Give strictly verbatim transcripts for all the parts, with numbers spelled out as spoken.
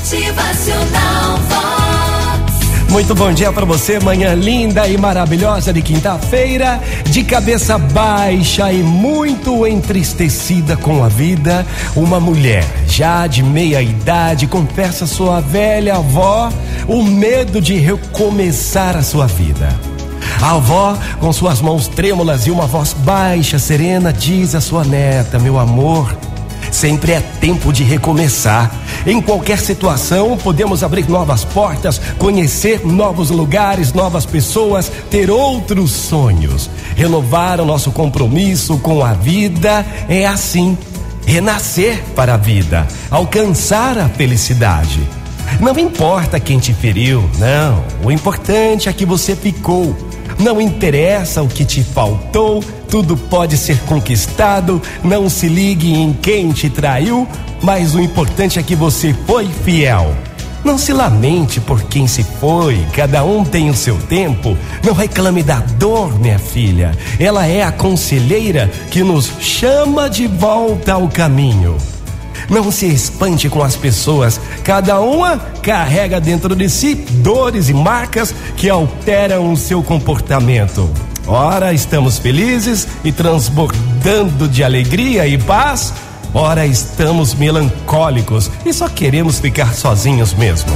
Motivacional Vox. Muito bom dia pra você, manhã linda e maravilhosa de quinta-feira, de cabeça baixa e muito entristecida com a vida. Uma mulher já de meia idade confessa à sua velha avó o medo de recomeçar a sua vida. A avó, com suas mãos trêmulas e uma voz baixa, serena, diz à sua neta: meu amor, sempre é tempo de recomeçar. Em qualquer situação, podemos abrir novas portas, conhecer novos lugares, novas pessoas, ter outros sonhos. Renovar o nosso compromisso com a vida é assim, renascer para a vida, alcançar a felicidade. Não importa quem te feriu, não. O importante é que você ficou. Não interessa o que te faltou, tudo pode ser conquistado. Não se ligue em quem te traiu, mas o importante é que você foi fiel. Não se lamente por quem se foi, cada um tem o seu tempo. Não reclame da dor, minha filha. Ela é a conselheira que nos chama de volta ao caminho. Não se espante com as pessoas, cada uma carrega dentro de si dores e marcas que alteram o seu comportamento. Ora estamos felizes e transbordando de alegria e paz, ora estamos melancólicos e só queremos ficar sozinhos mesmo.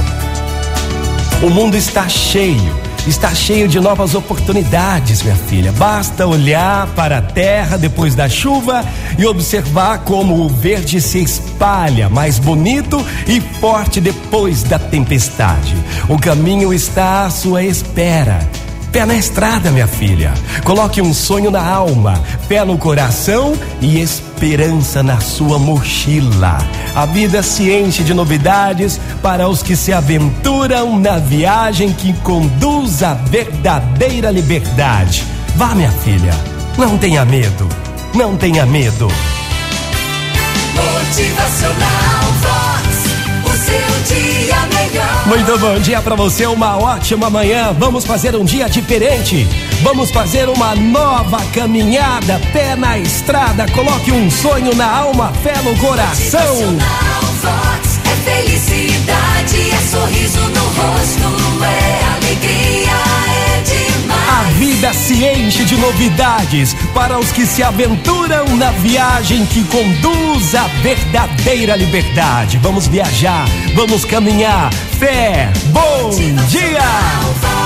O mundo está cheio, está cheio de novas oportunidades, minha filha. Basta olhar para a terra depois da chuva e observar como o verde se espalha mais bonito e forte depois da tempestade. O caminho está à sua espera. Pé na estrada, minha filha. Coloque um sonho na alma, pé no coração e esperança na sua mochila. A vida se enche de novidades para os que se aventuram na viagem que conduz à verdadeira liberdade. Vá, minha filha, não tenha medo, não tenha medo. Motivacional Vox, o seu dia melhor. Muito bom dia pra você, uma ótima manhã. Vamos fazer um dia diferente. Vamos fazer uma nova caminhada, pé na estrada. Coloque um sonho na alma, fé no coração. Motivacional Vox é felicidade, é sorriso no rosto, é alegria, é demais. A vida se enche de novidades para os que se aventuram na viagem que conduz à verdadeira liberdade. Vamos viajar, vamos caminhar. Fé, bom dia!